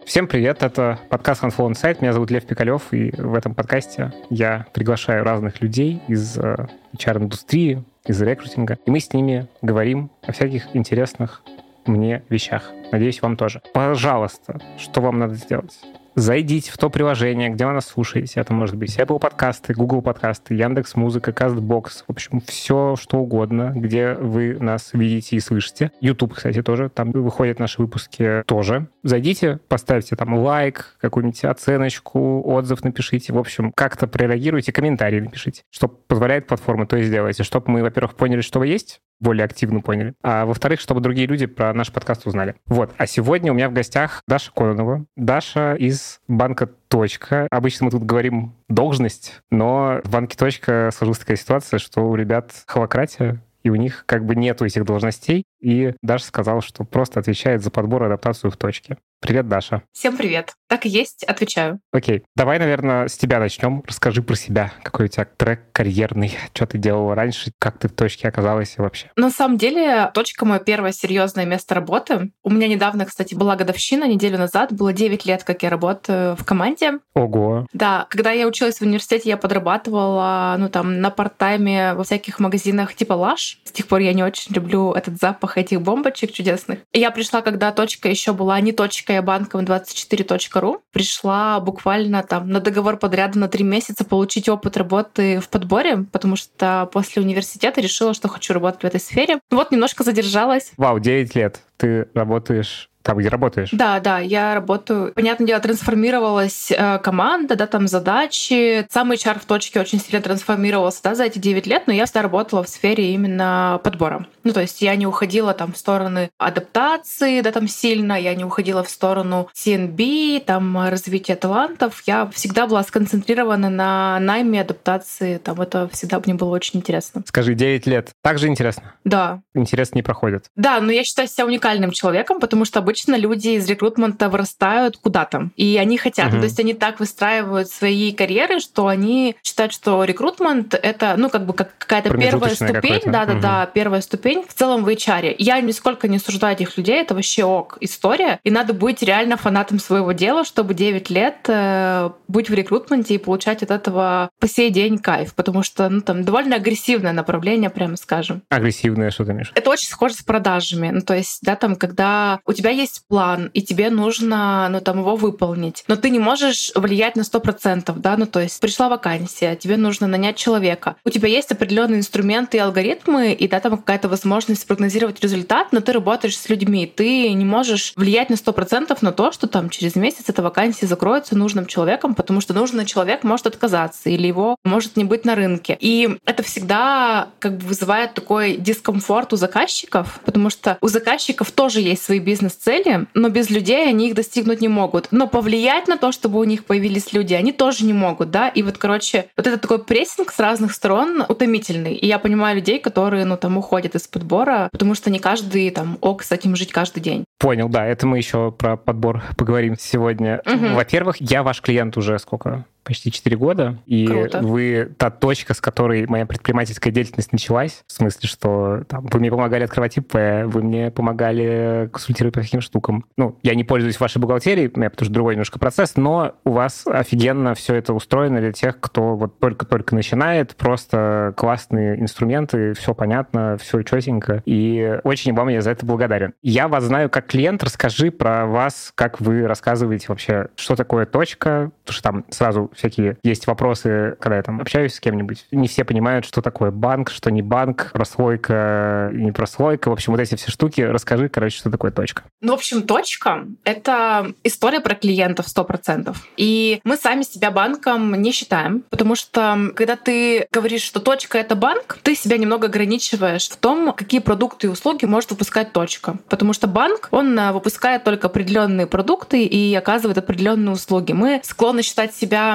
Всем привет, это подкаст Handful Insight. Меня зовут Лев Пикалев, и в этом подкасте я приглашаю разных людей из HR-индустрии, из рекрутинга, и мы с ними говорим о всяких интересных мне вещах. Надеюсь, вам тоже. Пожалуйста, что вам надо сделать? Зайдите в то приложение, где вы нас слушаете. Это может быть Apple подкасты, Google подкасты, Яндекс.Музыка, Castbox. В общем, все, что угодно, где вы нас видите и слышите. YouTube, кстати, тоже. Там выходят наши выпуски тоже. Зайдите, поставьте там лайк, какую-нибудь оценочку, отзыв напишите. В общем, как-то прореагируйте, комментарий напишите. Что позволяет платформа, то и сделайте. Чтобы мы, во-первых, поняли, что вы есть, более активно поняли. А во-вторых, чтобы другие люди про наш подкаст узнали. Вот. А сегодня у меня в гостях Даша Кононова. Даша из банка «Точка». Обычно мы тут говорим «должность», но в банке «Точка» сложилась такая ситуация, что у ребят холократия, и у них как бы нету этих должностей. И Даша сказала, что просто отвечает за подбор и адаптацию в «Точке». Привет, Даша. Всем привет. Так и есть, отвечаю. Окей. Давай, наверное, с тебя начнем. Расскажи про себя. Какой у тебя трек карьерный? Что ты делала раньше? Как ты в «Точке» оказалась и вообще? На самом деле, «Точка» — мое первое серьезное место работы. У меня недавно, кстати, была годовщина, неделю назад. Было 9 лет, как я работаю в команде. Ого. Да, когда я училась в университете, я подрабатывала, на парт-тайме во всяких магазинах типа Lush. С тех пор я не очень люблю этот запах этих бомбочек чудесных. Я пришла, когда «Точка» еще была не «Точка», я банком 24.ru. Пришла буквально там на договор подряда на 3 месяца получить опыт работы в подборе, потому что после университета решила, что хочу работать в этой сфере. Вот немножко задержалась. Вау, 9 лет. Ты работаешь... Там, где работаешь? Да, я работаю. Понятное дело, трансформировалась команда, там задачи. Сам HR в «Точке» очень сильно трансформировался, за эти 9 лет, но я всегда работала в сфере именно подбора. То есть я не уходила там в стороны адаптации, там сильно, я не уходила в сторону CNB, развития талантов. Я всегда была сконцентрирована на найме, адаптации. Это всегда мне было очень интересно. Скажи, 9 лет. Так же интересно? Да. Интерес не проходит? Да, но я считаю себя уникальным человеком, потому что обычно люди из рекрутмента вырастают куда-то, и они хотят. То есть они так выстраивают свои карьеры, что они считают, что рекрутмент — это, как какая-то первая ступень. Первая ступень в целом в HR. Я нисколько не осуждаю этих людей, это вообще история. И надо быть реально фанатом своего дела, чтобы 9 лет быть в рекрутменте и получать от этого по сей день кайф, потому что довольно агрессивное направление, прямо скажем. Агрессивное, что ты имеешь? Это очень схоже с продажами. То есть, когда у тебя есть план, и тебе нужно, его выполнить, но ты не можешь влиять на 100%, то есть пришла вакансия, тебе нужно нанять человека, у тебя есть определенные инструменты и алгоритмы, и там какая-то возможность спрогнозировать результат, но ты работаешь с людьми, ты не можешь влиять на 100% на то, что через месяц эта вакансия закроется нужным человеком, потому что нужный человек может отказаться, или его может не быть на рынке. И это всегда вызывает такой дискомфорт у заказчиков, потому что у заказчиков тоже есть свои бизнес-цели, но без людей они их достигнуть не могут. Но повлиять на то, чтобы у них появились люди, они тоже не могут, И вот это такой прессинг с разных сторон утомительный. И я понимаю людей, которые, уходят из подбора, потому что не каждый с этим жить каждый день. Понял, да, это мы еще про подбор поговорим сегодня. Во-первых, я ваш клиент уже сколько? Почти 4 года, и Круто. Вы та точка, с которой моя предпринимательская деятельность началась. В смысле, что вы мне помогали открывать ИП, вы мне помогали консультировать по каким штукам. Я не пользуюсь вашей бухгалтерией, у меня потому что другой немножко процесс, но у вас офигенно все это устроено для тех, кто вот только-только начинает, просто классные инструменты, все понятно, все четенько, и очень вам я за это благодарен. Я вас знаю как клиент, расскажи про вас, как вы рассказываете вообще, что такое точка, потому что там сразу всякие есть вопросы, когда я общаюсь с кем-нибудь. Не все понимают, что такое банк, что не банк, прослойка и не прослойка. В общем, вот эти все штуки. Расскажи, что такое точка. В общем, точка — это история про клиентов 100%. И мы сами себя банком не считаем, потому что когда ты говоришь, что точка — это банк, ты себя немного ограничиваешь в том, какие продукты и услуги может выпускать точка. Потому что банк, он выпускает только определенные продукты и оказывает определенные услуги. Мы склонны считать себя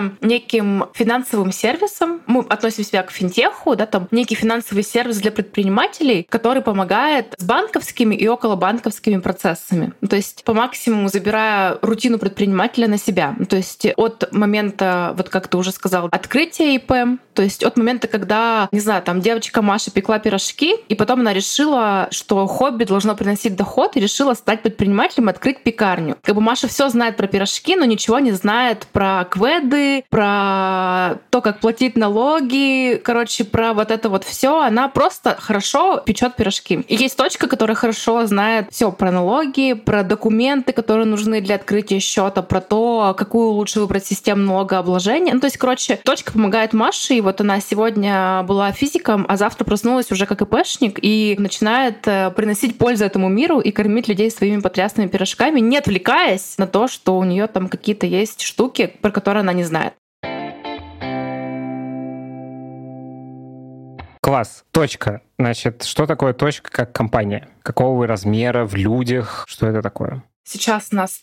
является неким финансовым сервисом. Мы относим себя к финтеху, да, там некий финансовый сервис для предпринимателей, который помогает с банковскими и околобанковскими процессами. То есть по максимуму забирая рутину предпринимателя на себя. То есть от момента, вот как ты уже сказал, открытия ИП, то есть от момента, когда, не знаю, там девочка Маша пекла пирожки, и потом она решила, что хобби должно приносить доход, и решила стать предпринимателем и открыть пекарню. Как бы Маша все знает про пирожки, но ничего не знает про кведы, про то, как платить налоги, короче, про вот это вот все. Она просто хорошо печет пирожки. И есть точка, которая хорошо знает все про налоги, про документы, которые нужны для открытия счета, про то, какую лучше выбрать систему налогообложения. Ну, то есть, короче, точка помогает Маше, и вот она сегодня была физиком, а завтра проснулась уже как ИПшник и начинает приносить пользу этому миру и кормить людей своими потрясными пирожками, не отвлекаясь на то, что у нее там какие-то есть штуки, про которые она не знает. Класс. Точка. Значит, что такое точка как компания? Какого вы размера в людях? Что это такое? Сейчас нас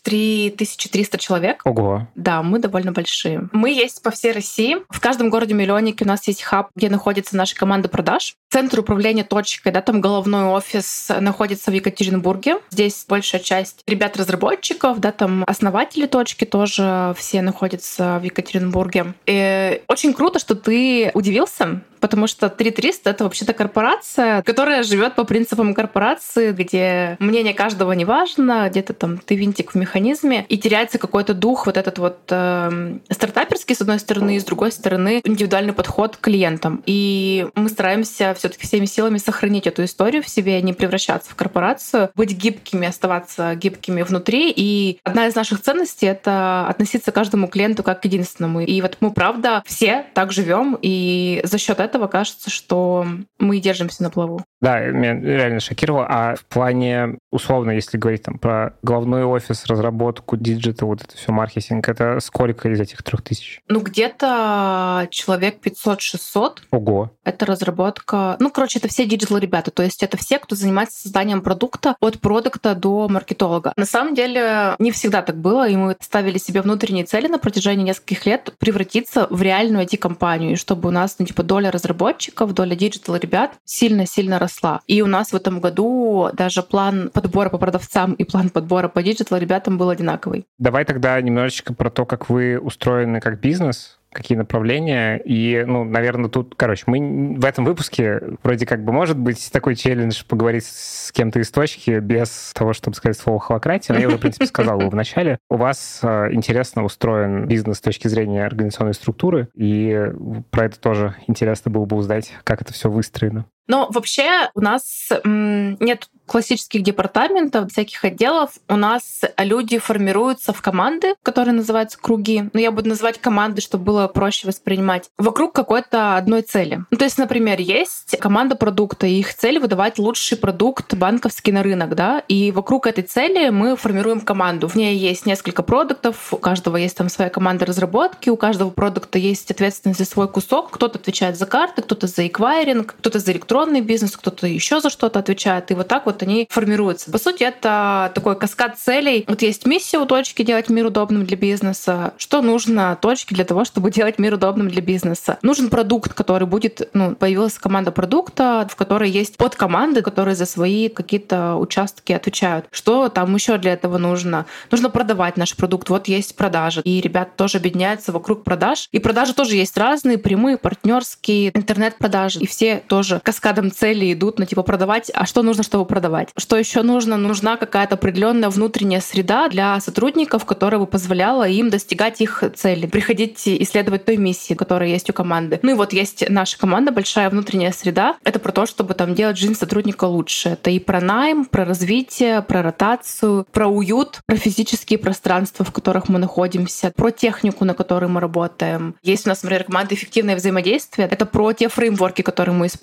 3300 человек. Ого. Да, мы довольно большие. Мы есть по всей России. В каждом городе-миллионнике у нас есть хаб, где находится наша команда продаж. Центр управления точкой, да, там головной офис находится в Екатеринбурге. Здесь большая часть ребят-разработчиков, да, там основатели точки тоже все находятся в Екатеринбурге. И очень круто, что ты удивился, потому что 3300 — это вообще-то корпорация, которая живет по принципам корпорации, где мнение каждого не важно, где-то там ты винтик в механизме, и теряется какой-то дух вот этот вот стартаперский, с одной стороны, и с другой стороны индивидуальный подход к клиентам. И мы стараемся все-таки всеми силами сохранить эту историю в себе, не превращаться в корпорацию, быть гибкими, оставаться гибкими внутри. И одна из наших ценностей — это относиться к каждому клиенту как к единственному. И вот мы, правда, все так живем, и за счет этого кажется, что мы держимся на плаву. Да, меня реально шокировало. А в плане, условно, если говорить там про головной офис, разработку, диджитал, вот это все маркетинг, это сколько из этих 3000? Ну, где-то человек 500-600. Ого. Это разработка. Ну, короче, это все диджитал-ребята. То есть это все, кто занимается созданием продукта от продукта до маркетолога. На самом деле, не всегда так было, и мы ставили себе внутренние цели на протяжении нескольких лет превратиться в реальную IT-компанию, и чтобы у нас, ну, типа, доля разработчиков, доля диджитал-ребят сильно-сильно росла. И у нас в этом году даже план подбора по продавцам и план подбора по диджитал-ребятам был одинаковый. Давай тогда немножечко про то, как вы устроены как бизнес, какие направления. И, ну, наверное, тут, короче, мы в этом выпуске вроде как бы может быть такой челлендж поговорить с кем-то из точки без того, чтобы сказать слово холократия. Но я уже, в принципе, сказал его в начале. У вас интересно устроен бизнес с точки зрения организационной структуры, и про это тоже интересно было бы узнать, как это все выстроено. Но вообще у нас нет классических департаментов, всяких отделов. У нас люди формируются в команды, которые называются круги. Но я буду называть команды, чтобы было проще воспринимать. Вокруг какой-то одной цели. Ну, то есть, например, есть команда продукта, и их цель — выдавать лучший продукт банковский на рынок, да, и вокруг этой цели мы формируем команду. В ней есть несколько продуктов, у каждого есть там своя команда разработки, у каждого продукта есть ответственность за свой кусок. Кто-то отвечает за карты, кто-то за эквайринг, кто-то за электронный бизнес, кто-то еще за что-то отвечает. И вот так вот они формируются. По сути, это такой каскад целей. Вот есть миссия у точки — делать мир удобным для бизнеса. Что нужно точке для того, чтобы делать мир удобным для бизнеса? Нужен продукт, который будет... Ну, появилась команда продукта, в которой есть подкоманды, которые за свои какие-то участки отвечают. Что там еще для этого нужно? Нужно продавать наш продукт. Вот есть продажи. И ребята тоже объединяются вокруг продаж. И продажи тоже есть разные: прямые, партнерские, интернет-продажи. И все тоже каскадом целей идут на типа продавать. А что нужно, чтобы продавать? Что еще нужно? Нужна какая-то определенная внутренняя среда для сотрудников, которая бы позволяла им достигать их целей, приходить и исследовать той миссии, которая есть у команды. Ну и вот есть наша команда, большая внутренняя среда. Это про то, чтобы там делать жизнь сотрудника лучше. Это и про найм, про развитие, про ротацию, про уют, про физические пространства, в которых мы находимся, про технику, на которой мы работаем. Есть у нас, например, команда «Эффективное взаимодействие». Это про те фреймворки, которые мы используем.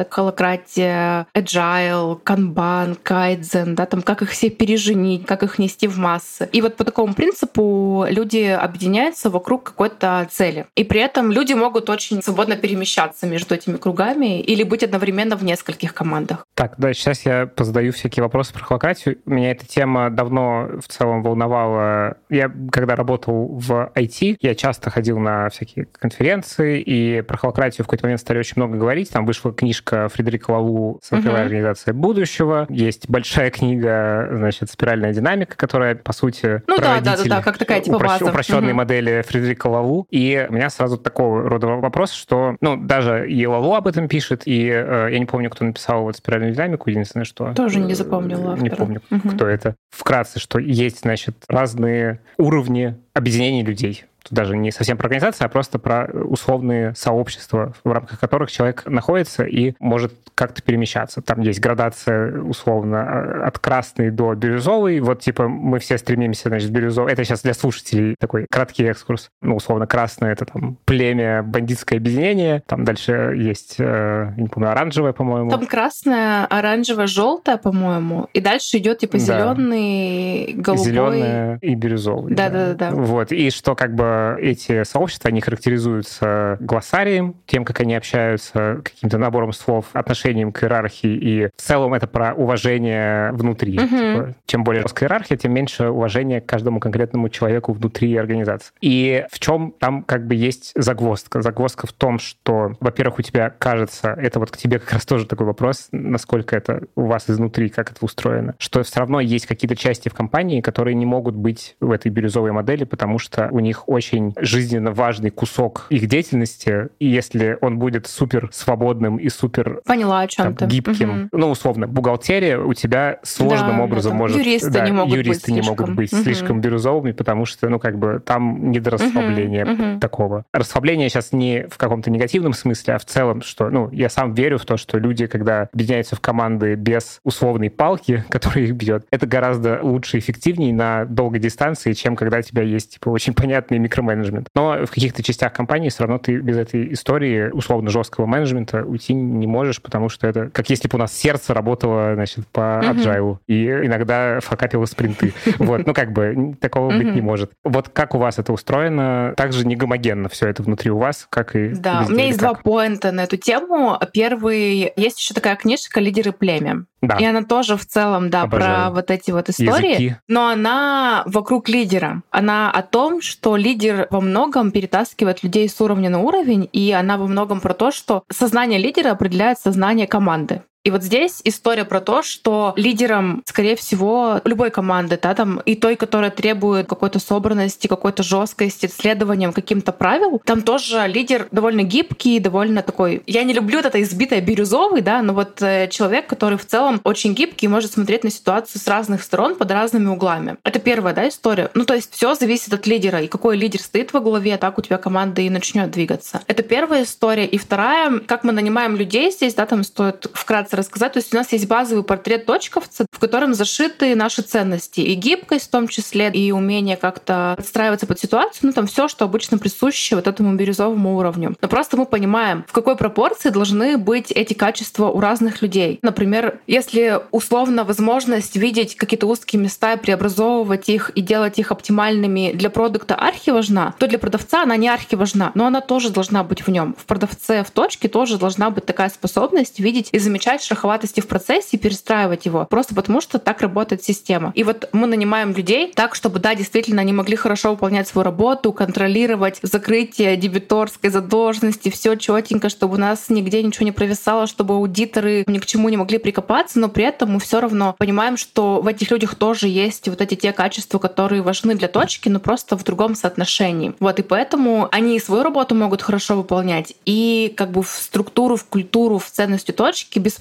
да, холократия, agile, канбан, кайдзен, да, там как их все переженить, как их нести в массы. И вот по такому принципу люди объединяются вокруг какой-то цели. И при этом люди могут очень свободно перемещаться между этими кругами или быть одновременно в нескольких командах. Так, да, сейчас я позадаю всякие вопросы про холократию. Меня эта тема давно в целом волновала. Я, когда работал в IT, я часто ходил на всякие конференции, и про холократию в какой-то момент стали очень много говорить. Там вышла книжка Фредерика Лалу «Сотовая организация будущего». Есть большая книга, значит, «Спиральная динамика», которая, по сути, да, как такая типа база. Упрощенной модели Фредерика Лалу. И у меня сразу такого рода вопрос, что, даже и Лалу об этом пишет, и я не помню, кто написал вот «Спиральную динамику», единственное, что... Тоже не запомнила автора. Не помню, кто это. Вкратце, что есть, значит, разные уровни объединения людей. Тут даже не совсем про организацию, а просто про условные сообщества, в рамках которых человек находится и может как-то перемещаться. Там есть градация, условно, от красной до бирюзовой. Вот, типа, мы все стремимся, значит, бирюзовой. Это сейчас для слушателей такой краткий экскурс. Условно, красное — это там племя, бандитское объединение. Там дальше есть, я не помню, оранжевое, по-моему. Там красное, оранжевое, желтое, по-моему. И дальше идет типа зеленый, голубой. Зеленое и бирюзовый. Да. Вот. И что как бы эти сообщества, они характеризуются глоссарием, тем, как они общаются, каким-то набором слов, отношением к иерархии, и в целом это про уважение внутри. Типа, чем более жесткая иерархия, тем меньше уважения к каждому конкретному человеку внутри организации. И в чем там как бы есть загвоздка? Загвоздка в том, что, во-первых, у тебя кажется, это вот к тебе как раз тоже такой вопрос, насколько это у вас изнутри, как это устроено, что все равно есть какие-то части в компании, которые не могут быть в этой бирюзовой модели, потому что у них очень жизненно важный кусок их деятельности, и если он будет супер свободным и супер Поняла, о чем ты. Гибким, условно, бухгалтерия у тебя сложным образом может... Юристы не могут быть слишком бирюзовыми, потому что, там не до расслабления такого. Расслабление сейчас не в каком-то негативном смысле, а в целом, что, я сам верю в то, что люди, когда объединяются в команды без условной палки, которая их бьет, это гораздо лучше и эффективнее на долгой дистанции, чем когда у тебя есть, очень понятный микроменеджмент. Но в каких-то частях компании все равно ты без этой истории условно жесткого менеджмента уйти не можешь, потому что это как если бы у нас сердце работало, значит, по agile, и иногда факапило спринты. Вот, такого быть не может. Вот как у вас это устроено? Также не гомогенно все это внутри у вас, как и Да, у меня есть два поинта на эту тему. Первый, есть еще такая книжка «Лидеры племя». Да. И она тоже в целом, Обожаю. про вот эти вот истории. Языки. Но она вокруг лидера. Она о том, что лидер во многом перетаскивает людей с уровня на уровень, и она во многом про то, что сознание лидера определяет сознание команды. И вот здесь история про то, что лидером, скорее всего, любой команды, там и той, которая требует какой-то собранности, какой-то жесткости, следованием каким-то правил, там тоже лидер довольно гибкий, довольно такой... Я не люблю это избитое бирюзовый, но вот человек, который в целом очень гибкий, может смотреть на ситуацию с разных сторон, под разными углами. Это первая, история. То есть все зависит от лидера, и какой лидер стоит во главе, так у тебя команда и начнет двигаться. Это первая история. И вторая, как мы нанимаем людей здесь, там стоит вкратце рассказать. То есть у нас есть базовый портрет точковца, в котором зашиты наши ценности. И гибкость в том числе, и умение как-то подстраиваться под ситуацию. Там все, что обычно присуще вот этому бирюзовому уровню. Но просто мы понимаем, в какой пропорции должны быть эти качества у разных людей. Например, если условно возможность видеть какие-то узкие места, преобразовывать их и делать их оптимальными для продукта архиважна, то для продавца она не архиважна, но она тоже должна быть в нем. В продавце в точке тоже должна быть такая способность видеть и замечать шероховатости в процессе и перестраивать его. Просто потому, что так работает система. И вот мы нанимаем людей так, чтобы, действительно, они могли хорошо выполнять свою работу, контролировать закрытие дебиторской задолженности, все четенько, чтобы у нас нигде ничего не провисало, чтобы аудиторы ни к чему не могли прикопаться, но при этом мы все равно понимаем, что в этих людях тоже есть вот эти те качества, которые важны для точки, но просто в другом соотношении. Вот, и поэтому они и свою работу могут хорошо выполнять, и в структуру, в культуру, в ценности точки без проблем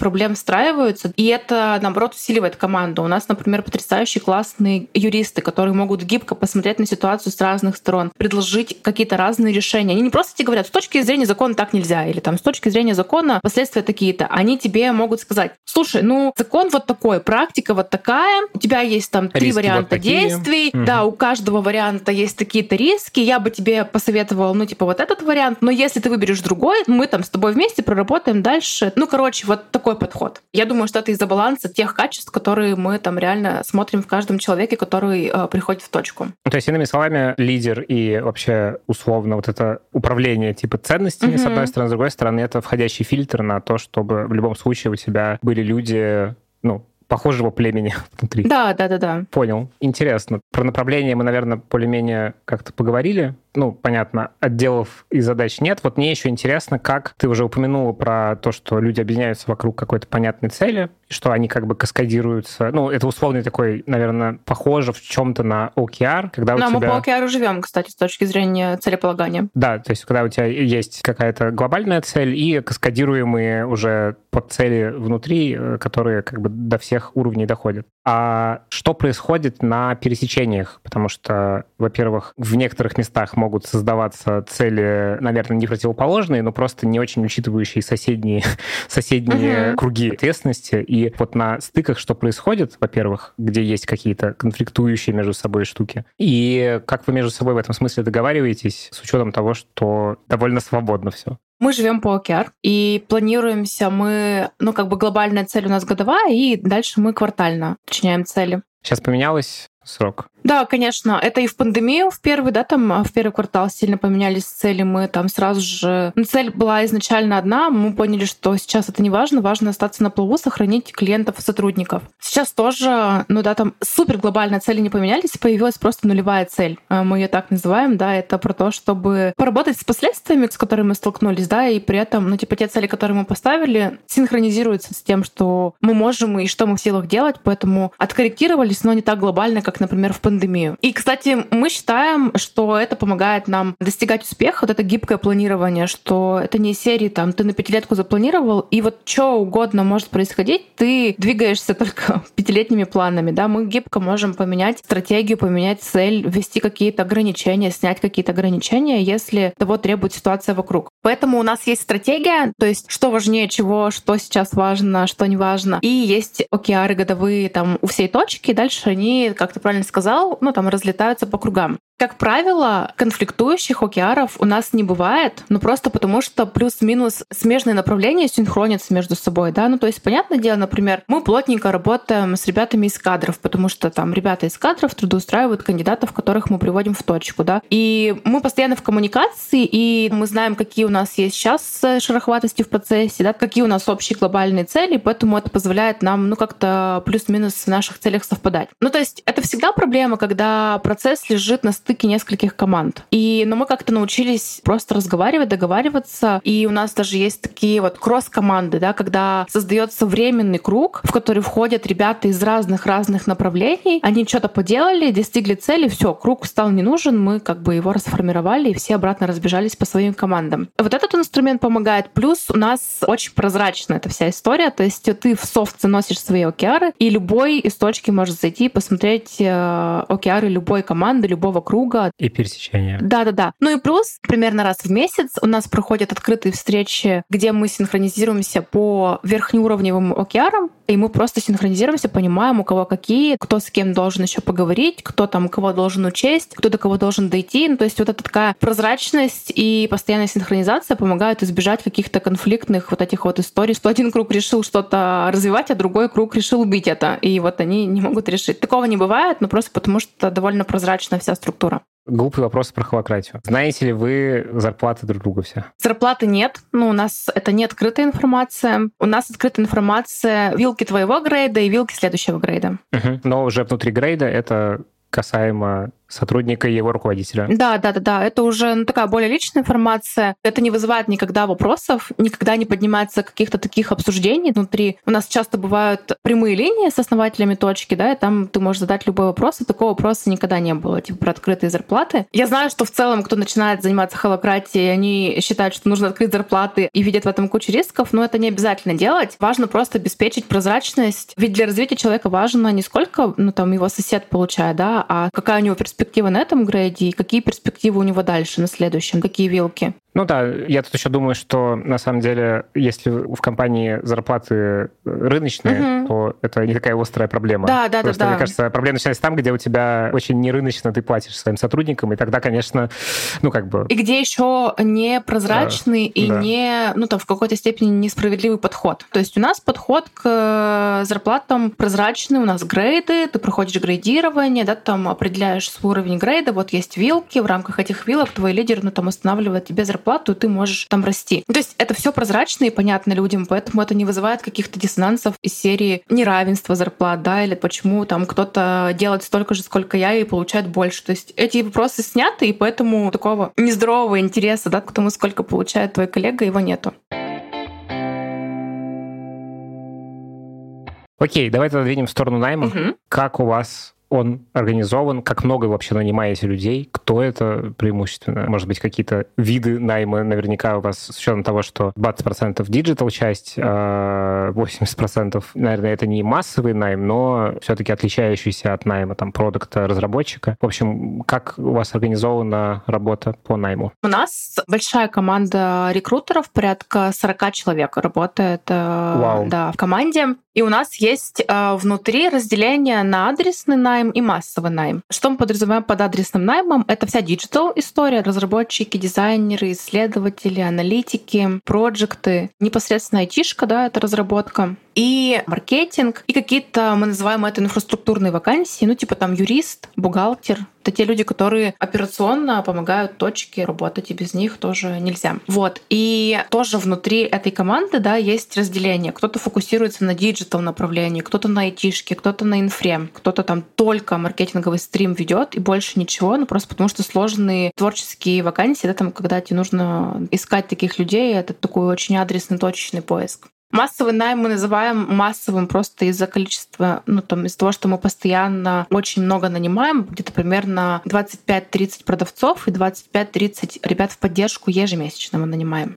проблем встраиваются, и это, наоборот, усиливает команду. У нас, например, потрясающие классные юристы, которые могут гибко посмотреть на ситуацию с разных сторон, предложить какие-то разные решения. Они не просто тебе говорят, с точки зрения закона так нельзя, или там с точки зрения закона последствия такие-то. Они тебе могут сказать, слушай, закон вот такой, практика вот такая, у тебя есть там 3 варианта вот действий, да, у каждого варианта есть такие-то риски, я бы тебе посоветовала, вот этот вариант, но если ты выберешь другой, мы там с тобой вместе проработаем дальше. Вот такой подход. Я думаю, что это из-за баланса тех качеств, которые мы там реально смотрим в каждом человеке, который приходит в точку. То есть, иными словами, лидер и вообще условно вот это управление типа ценностями, с одной стороны, с другой стороны, это входящий фильтр на то, чтобы в любом случае у тебя были люди, похожего племени внутри. Да. Понял. Интересно. Про направление мы, наверное, более-менее как-то поговорили. Понятно, отделов и задач нет. Вот мне еще интересно, как ты уже упомянула про то, что люди объединяются вокруг какой-то понятной цели, и что они как бы каскадируются. Это условный такой, наверное, похоже в чем-то на OKR, когда у тебя... мы по OKR живем, кстати, с точки зрения целеполагания. Да, то есть когда у тебя есть какая-то глобальная цель и каскадируемые уже подцели внутри, которые как бы до всех уровней доходят. А что происходит на пересечениях? Потому что, во-первых, в некоторых местах могут создаваться цели, наверное, не противоположные, но просто не очень учитывающие соседние круги ответственности. И вот на стыках что происходит, во-первых, где есть какие-то конфликтующие между собой штуки, и как вы между собой в этом смысле договариваетесь с учетом того, что довольно свободно все? Мы живем по OKR, и планируемся мы, глобальная цель у нас годовая, и дальше мы квартально уточняем цели. Сейчас поменялось срок? Да, конечно. Это и в пандемию в первый квартал сильно поменялись цели. Мы там сразу же... Цель была изначально одна. Мы поняли, что сейчас это не важно. Важно остаться на плаву, сохранить клиентов и сотрудников. Сейчас тоже, там супер глобальные цели не поменялись. Появилась просто нулевая цель. Мы ее так называем, да. Это про то, чтобы поработать с последствиями, с которыми мы столкнулись, да, и при этом, те цели, которые мы поставили, синхронизируются с тем, что мы можем и что мы в силах делать. Поэтому откорректировались, но не так глобально, как, например, в пандемию. И, кстати, мы считаем, что это помогает нам достигать успеха, вот это гибкое планирование, что это не из серии, ты на 5-летку запланировал, и что угодно может происходить, ты двигаешься только 5-летними планами, да, мы гибко можем поменять стратегию, поменять цель, ввести какие-то ограничения, снять какие-то ограничения, если того требует ситуация вокруг. Поэтому у нас есть стратегия, то есть что важнее чего, что сейчас важно, что не важно, и есть OKR годовые у всей точки, и дальше они, как ты правильно сказал, разлетаются по кругам. Как правило, конфликтующих OKR у нас не бывает, просто потому что плюс-минус смежные направления синхронятся между собой, да, то есть, понятное дело, например, мы плотненько работаем с ребятами из кадров, потому что ребята из кадров трудоустраивают кандидатов, которых мы приводим в точку, да, и мы постоянно в коммуникации, и мы знаем, какие у нас есть сейчас шероховатости в процессе, да, какие у нас общие глобальные цели, поэтому это позволяет нам, как-то плюс-минус в наших целях совпадать. То есть, это всегда проблема, когда процесс лежит на стыке нескольких команд. Но мы как-то научились просто разговаривать, договариваться. И у нас даже есть такие кросс-команды, да, когда создается временный круг, в который входят ребята из разных направлений. Они что-то поделали, достигли цели, все, круг стал не нужен, мы его расформировали, и все обратно разбежались по своим командам. Вот этот инструмент помогает. Плюс у нас очень прозрачная эта вся история. То есть ты в софт заносишь свои OKR, и любой из точки может зайти и посмотреть OKR любой команды, любого круга. И пересечения. Да. И плюс примерно раз в месяц у нас проходят открытые встречи, где мы синхронизируемся по верхнеуровневым OKR, и мы просто синхронизируемся, понимаем, у кого какие, кто с кем должен еще поговорить, кто кого должен учесть, кто до кого должен дойти. То есть эта такая прозрачность и постоянная синхронизация помогают избежать каких-то конфликтных этих историй, что один круг решил что-то развивать, а другой круг решил убить это. И они не могут решить. Такого не бывает, просто потому что довольно прозрачная вся структура. Глупый вопрос про холократию. Знаете ли вы зарплаты друг друга все? Зарплаты нет. У нас это не открытая информация. У нас открытая информация вилки твоего грейда и вилки следующего грейда. Но уже внутри грейда это касаемо сотрудника и его руководителя. Да. Это уже такая более личная информация. Это не вызывает никогда вопросов, никогда не поднимается каких-то таких обсуждений внутри. У нас часто бывают прямые линии с основателями точки, да, и там ты можешь задать любой вопрос, и такого вопроса никогда не было, типа про открытые зарплаты. Я знаю, что в целом, кто начинает заниматься холократией, они считают, что нужно открыть зарплаты и видят в этом кучу рисков, но это не обязательно делать. Важно просто обеспечить прозрачность. Ведь для развития человека важно не сколько, его сосед получает, да, а какая у него перспектива на этом грейде и какие перспективы у него дальше на следующем, какие вилки. Ну да, я тут еще думаю, что на самом деле, если в компании зарплаты рыночные, то это не такая острая проблема. Да. Мне кажется, проблема начинается там, где у тебя очень нерыночно ты платишь своим сотрудникам, и тогда, конечно, И где еще непрозрачный и не, в какой-то степени несправедливый подход. То есть у нас подход к зарплатам прозрачный, у нас грейды, ты проходишь грейдирование, да, там определяешь свой уровень грейда, вот есть вилки, в рамках этих вилок твой лидер, устанавливает тебе зарплату, и ты можешь там расти. То есть это все прозрачно и понятно людям, поэтому это не вызывает каких-то диссонансов из серии неравенства зарплат, да, или почему там кто-то делает столько же, сколько я, и получает больше. То есть эти вопросы сняты, и поэтому такого нездорового интереса, да, к тому, сколько получает твой коллега, его нету. Окей, давай тогда двинем в сторону найма. Как у вас он организован, как много вы вообще нанимаете людей, кто это преимущественно? Может быть, какие-то виды найма наверняка у вас, с учетом того, что 20% диджитал-часть, 80%, наверное, это не массовый найм, но все-таки отличающийся от найма там продукта, разработчика. В общем, как у вас организована работа по найму? У нас большая команда рекрутеров, порядка 40 человек работает в команде. И у нас есть внутри разделение на адресный найм и массовый найм. Что мы подразумеваем под адресным наймом? Это вся диджитал-история, разработчики, дизайнеры, исследователи, аналитики, проекты, непосредственно айтишка, да, это разработка, и маркетинг, и какие-то, мы называем это инфраструктурные вакансии, типа там юрист, бухгалтер. Это те люди, которые операционно помогают точке работать, и без них тоже нельзя. Вот. И тоже внутри этой команды, да, есть разделение. Кто-то фокусируется на диджитал направлении, кто-то на айтишке, кто-то на инфре, кто-то там только маркетинговый стрим ведет и больше ничего, просто потому что сложные творческие вакансии, да, там, когда тебе нужно искать таких людей, это такой очень адресный, точечный поиск. Массовый найм мы называем массовым просто из-за количества, из-за того, что мы постоянно очень много нанимаем, где-то примерно 25-30 продавцов и 25-30 ребят в поддержку ежемесячно мы нанимаем.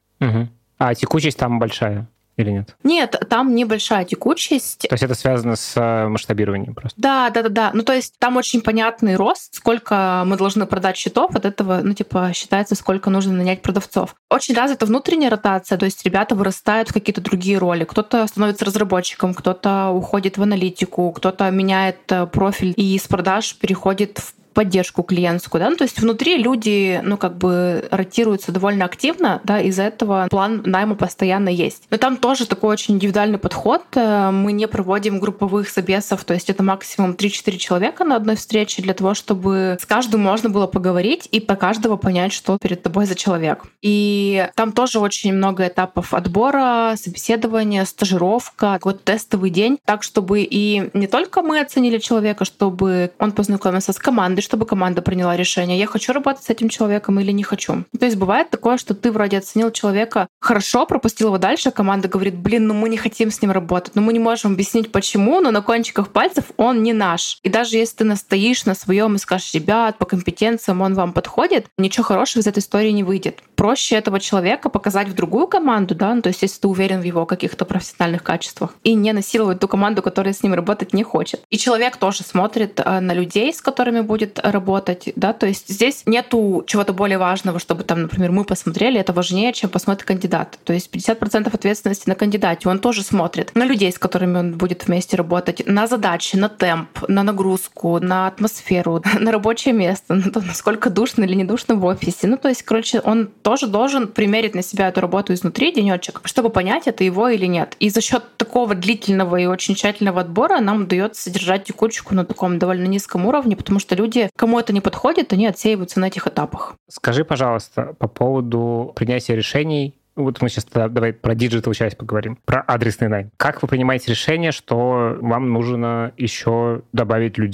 А текучесть там большая? Или нет? Нет, там небольшая текучесть. То есть это связано с масштабированием просто? Да. То есть там очень понятный рост, сколько мы должны продать счетов, от этого, считается, сколько нужно нанять продавцов. Очень развита внутренняя ротация, то есть ребята вырастают в какие-то другие роли. Кто-то становится разработчиком, кто-то уходит в аналитику, кто-то меняет профиль и из продаж переходит в поддержку клиентскую, да, то есть внутри люди, ротируются довольно активно, да, из-за этого план найма постоянно есть. Но там тоже такой очень индивидуальный подход. Мы не проводим групповых собесов, то есть это максимум 3-4 человека на одной встрече для того, чтобы с каждым можно было поговорить и по каждого понять, что перед тобой за человек. И там тоже очень много этапов отбора, собеседования, стажировка, тестовый день, так, чтобы и не только мы оценили человека, чтобы он познакомился с командой, чтобы команда приняла решение, я хочу работать с этим человеком или не хочу. То есть бывает такое, что ты вроде оценил человека хорошо, пропустил его дальше, команда говорит, мы не хотим с ним работать, мы не можем объяснить почему, но на кончиках пальцев он не наш. И даже если ты настоишь на своем и скажешь, ребят, по компетенциям он вам подходит, ничего хорошего из этой истории не выйдет. Проще этого человека показать в другую команду, да, то есть если ты уверен в его каких-то профессиональных качествах, и не насиловать ту команду, которая с ним работать не хочет. И человек тоже смотрит на людей, с которыми будет работать, да, то есть здесь нету чего-то более важного, чтобы там, например, мы посмотрели, это важнее, чем посмотрит кандидат. То есть 50% ответственности на кандидате, он тоже смотрит на людей, с которыми он будет вместе работать, на задачи, на темп, на нагрузку, на атмосферу, на рабочее место, на то, насколько душно или не душно в офисе. То есть, он тоже должен примерить на себя эту работу изнутри денечек, чтобы понять, это его или нет. И за счет такого длительного и очень тщательного отбора нам удается содержать текучку на таком довольно низком уровне, потому что люди, кому это не подходит, они отсеиваются на этих этапах. Скажи, пожалуйста, по поводу принятия решений. Вот мы сейчас давай про диджитал часть поговорим, про адресный найм. Как вы принимаете решение, что вам нужно еще добавить людей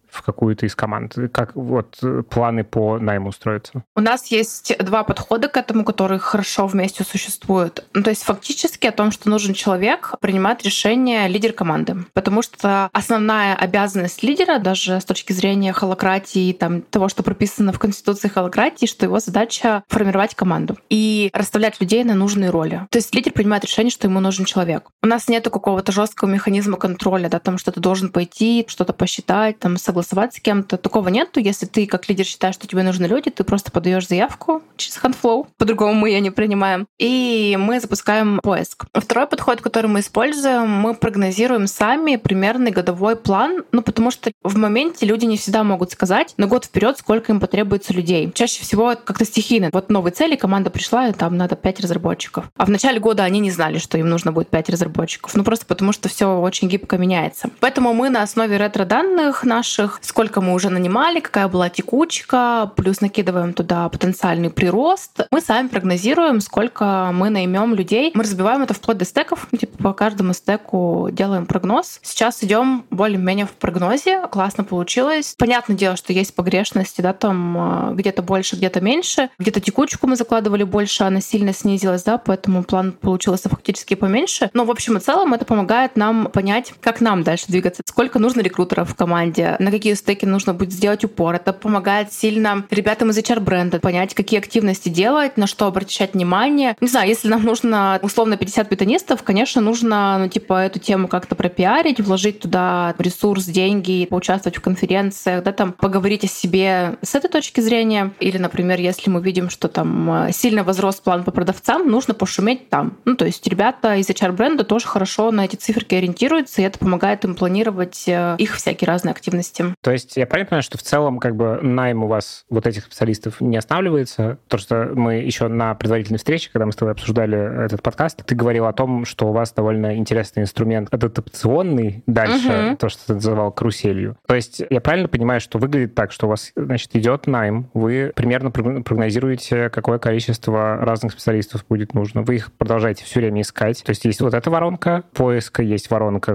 в какую-то из команд? Как вот планы по найму строятся? У нас есть два подхода к этому, которые хорошо вместе существуют. Ну, то есть фактически о том, что нужен человек, принимает решение лидер команды. Потому что основная обязанность лидера, даже с точки зрения холократии, там, того, что прописано в Конституции холократии, что его задача формировать команду и расставлять людей на нужные роли. То есть лидер принимает решение, что ему нужен человек. У нас нет какого-то жесткого механизма контроля, да, там, что ты должен пойти, что-то посчитать, там, согласовать с кем-то. Такого нету. Если ты как лидер считаешь, что тебе нужны люди, ты просто подаешь заявку через Handflow. По-другому мы ее не принимаем. И мы запускаем поиск. Второй подход, который мы используем, мы прогнозируем сами примерный годовой план, потому что в моменте люди не всегда могут сказать на год вперед, сколько им потребуется людей. Чаще всего как-то стихийно. Вот новые цели, команда пришла, и там надо 5 разработчиков. А в начале года они не знали, что им нужно будет 5 разработчиков. Просто потому, что все очень гибко меняется. Поэтому мы на основе ретро-данных наших, сколько мы уже нанимали, какая была текучка, плюс накидываем туда потенциальный прирост. Мы сами прогнозируем, сколько мы наймем людей. Мы разбиваем это вплоть до стеков. По каждому стеку делаем прогноз. Сейчас идем более-менее в прогнозе. Классно получилось. Понятное дело, что есть погрешности, да, там где-то больше, где-то меньше. Где-то текучку мы закладывали больше, она сильно снизилась, да, поэтому план получился фактически поменьше. Но в общем и целом это помогает нам понять, как нам дальше двигаться, сколько нужно рекрутеров в команде, на какие стеки нужно будет сделать упор. Это помогает сильно ребятам из HR-бренда понять, какие активности делать, на что обращать внимание. Не знаю, если нам нужно условно 50 питонистов, конечно, нужно эту тему как-то пропиарить, вложить туда ресурс, деньги, поучаствовать в конференциях, да, там поговорить о себе с этой точки зрения. Или, например, если мы видим, что там сильно возрос план по продавцам, нужно пошуметь там. То есть ребята из HR-бренда тоже хорошо на эти циферки ориентируются, и это помогает им планировать их всякие разные активности. То есть я правильно понимаю, что в целом найм у вас вот этих специалистов не останавливается? То, что мы еще на предварительной встрече, когда мы с тобой обсуждали этот подкаст, ты говорил о том, что у вас довольно интересный инструмент адаптационный дальше, то, что ты называл каруселью. То есть я правильно понимаю, что выглядит так, что у вас, идет найм, вы примерно прогнозируете, какое количество разных специалистов будет нужно, вы их продолжаете все время искать. То есть есть вот эта воронка поиска, есть воронка,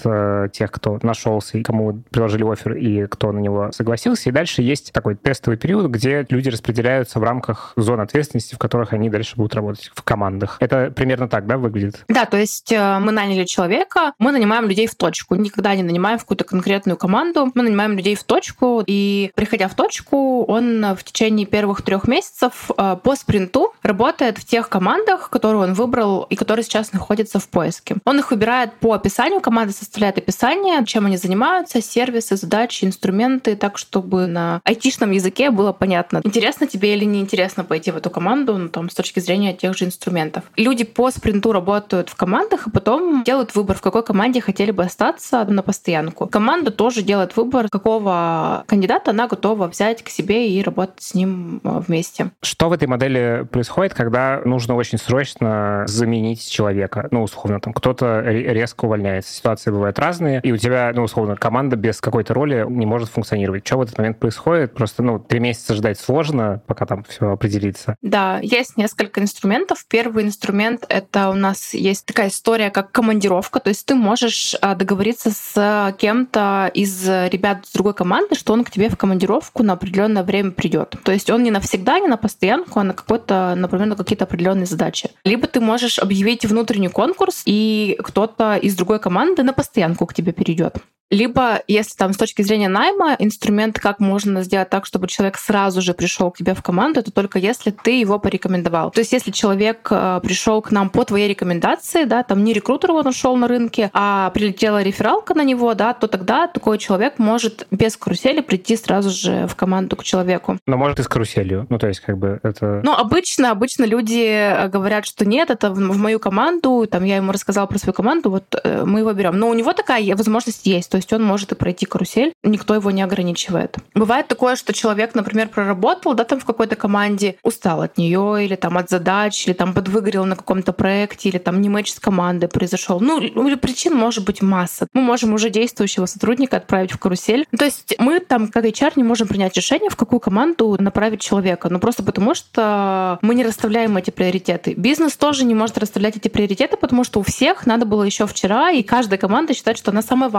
тех, кто нашелся и кому приложили оффер и кто на него согласился. И дальше есть такой тестовый период, где люди распределяются в рамках зон ответственности, в которых они дальше будут работать в командах. Это примерно так, да, выглядит? Да, то есть мы наняли человека, мы нанимаем людей в точку. Никогда не нанимаем в какую-то конкретную команду. Мы нанимаем людей в точку, и приходя в точку, он в течение первых 3 месяцев по спринту работает в тех командах, которые он выбрал и которые сейчас находятся в поиске. Он их выбирает по описанию, команда составляет описание, чем они занимаются, сервисы, задачи, инструменты, так, чтобы на айтишном языке было понятно, интересно тебе или не интересно пойти в эту команду, с точки зрения тех же инструментов. Люди по спринту работают в командах, и потом делают выбор, в какой команде хотели бы остаться на постоянку. Команда тоже делает выбор, какого кандидата она готова взять к себе и работать с ним вместе. Что в этой модели происходит, когда нужно очень срочно заменить человека? Условно, кто-то резко увольняется. Ситуации бывают разные, и у тебя, условно, команда без какой-то роли не может функционировать. Что в этот момент происходит? Просто, 3 месяца ждать сложно, пока там все определится. Да, есть несколько инструментов. Первый инструмент — это у нас есть такая история, как командировка. То есть ты можешь договориться с кем-то из ребят с другой команды, что он к тебе в командировку на определенное время придет. То есть он не навсегда, не на постоянку, а на какой-то, например, на какие-то определенные задачи. Либо ты можешь объявить внутренний конкурс, и кто-то из другой команды на постоянку к тебе перейдет. Либо, если там с точки зрения найма, инструмент, как можно сделать так, чтобы человек сразу же пришел к тебе в команду, это только если ты его порекомендовал. То есть если человек пришел к нам по твоей рекомендации, да, там не рекрутер его нашел на рынке, а прилетела рефералка на него, да, то тогда такой человек может без карусели прийти сразу же в команду к человеку. Но может и с каруселью. То есть это... Обычно люди говорят, что нет, это в мою команду, там я ему рассказала про свою команду, вот мы его берем. Но у него такая возможность есть. То есть он может и пройти карусель, никто его не ограничивает. Бывает такое, что человек, например, проработал, да, там в какой-то команде, устал от нее или там от задач, или там подвыгорел на каком-то проекте, или там не матч с командой произошел. Причин может быть масса. Мы можем уже действующего сотрудника отправить в карусель. То есть мы там, как HR, не можем принять решение, в какую команду направить человека. Просто потому, что мы не расставляем эти приоритеты. Бизнес тоже не может расставлять эти приоритеты, потому что у всех надо было еще вчера, и каждая команда считает, что она самая важная команда.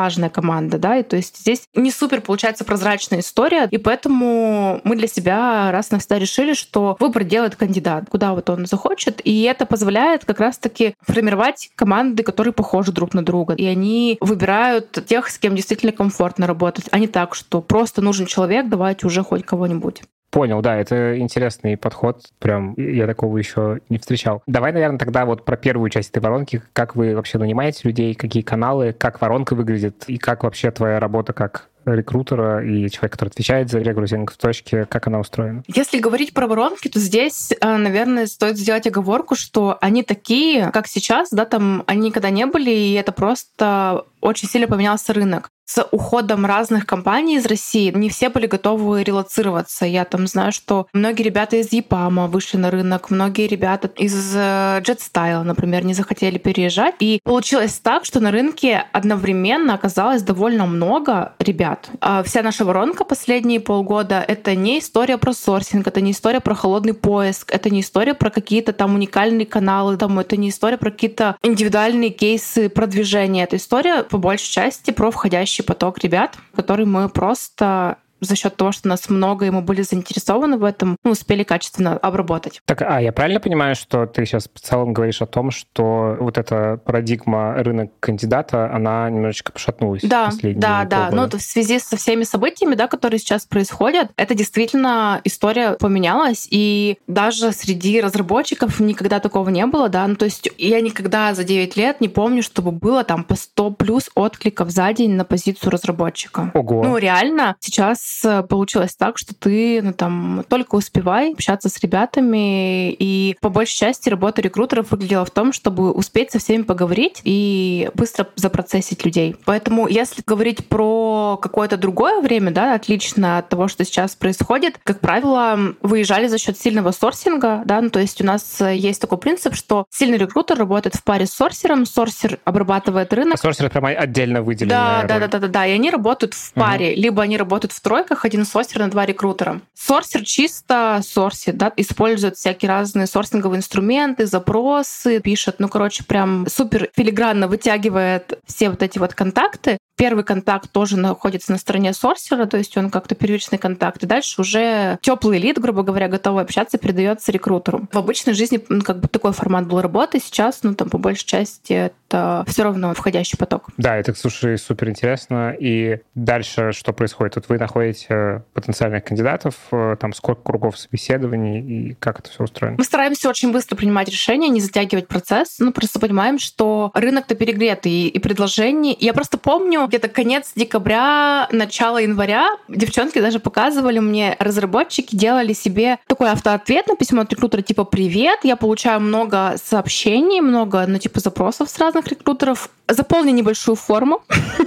команда, да, и то есть здесь не супер получается прозрачная история, и поэтому мы для себя раз и навсегда решили, что выбор делает кандидат, куда вот он захочет, и это позволяет как раз-таки формировать команды, которые похожи друг на друга, и они выбирают тех, с кем действительно комфортно работать, а не так, что просто нужен человек, давайте уже хоть кого-нибудь. Понял, да, это интересный подход. Прям я такого еще не встречал. Давай, наверное, тогда вот про первую часть этой воронки. Как вы вообще нанимаете людей, какие каналы, как воронка выглядит, и как вообще твоя работа как рекрутера и человека, который отвечает за рекрутинг в точке, как она устроена? Если говорить про воронки, то здесь, наверное, стоит сделать оговорку, что они такие, как сейчас, да, там они никогда не были, и это просто очень сильно поменялся рынок. С уходом разных компаний из России не все были готовы релоцироваться. Я там знаю, что многие ребята из EPAM вышли на рынок, многие ребята из JetStyle, например, не захотели переезжать. И получилось так, что на рынке одновременно оказалось довольно много ребят. А вся наша воронка последние полгода — это не история про сорсинг, это не история про холодный поиск, это не история про какие-то там уникальные каналы, там, это не история про какие-то индивидуальные кейсы продвижения. Это история по большей части про входящий поток ребят, который мы просто за счет того, что нас много, и мы были заинтересованы в этом, мы успели качественно обработать. Так, я правильно понимаю, что ты сейчас в целом говоришь о том, что вот эта парадигма рынок кандидата, она немножечко пошатнулась? Да, последние да. полгода? Ну, в связи со всеми событиями, да, которые сейчас происходят, это действительно история поменялась, и даже среди разработчиков никогда такого не было, да, ну, то есть я никогда за 9 лет не помню, чтобы было там по 100 плюс откликов за день на позицию разработчика. Ого. Ну, реально, сейчас получилось так, что ты, там, только успевай общаться с ребятами, и по большей части работа рекрутеров выглядела в том, чтобы успеть со всеми поговорить и быстро запроцессить людей. Поэтому, если говорить про какое-то другое время, да, отлично от того, что сейчас происходит, как правило, выезжали за счет сильного сорсинга, да, ну, то есть у нас есть такой принцип, что сильный рекрутер работает в паре с сорсером, сорсер обрабатывает рынок. Сорсер прямо отдельно выделенная роль. Да, и они работают в паре, либо они работают в тройках, один сорсер на 2 рекрутера. Сорсер чисто сорсит, да, использует всякие разные сорсинговые инструменты, запросы, пишет, прям супер филигранно вытягивает все вот эти вот контакты. Первый контакт тоже находится на стороне сорсера, то есть он как-то первичный контакт. И дальше уже теплый лид, грубо говоря, готовый общаться, передается рекрутеру. В обычной жизни такой формат был работы. Сейчас, по большей части, это все равно входящий поток. Да, это, слушай, супер интересно. И дальше что происходит? Вот вы находите потенциальных кандидатов, там сколько кругов собеседований и как это все устроено? Мы стараемся очень быстро принимать решения, не затягивать процесс. Просто понимаем, что рынок-то перегретый, и предложений. Я просто помню, где-то конец декабря, начало января девчонки даже показывали мне, разработчики делали себе такой автоответ на письмо от рекрутера типа «Привет, я получаю много сообщений, много, запросов с разных рекрутеров. Заполни небольшую форму.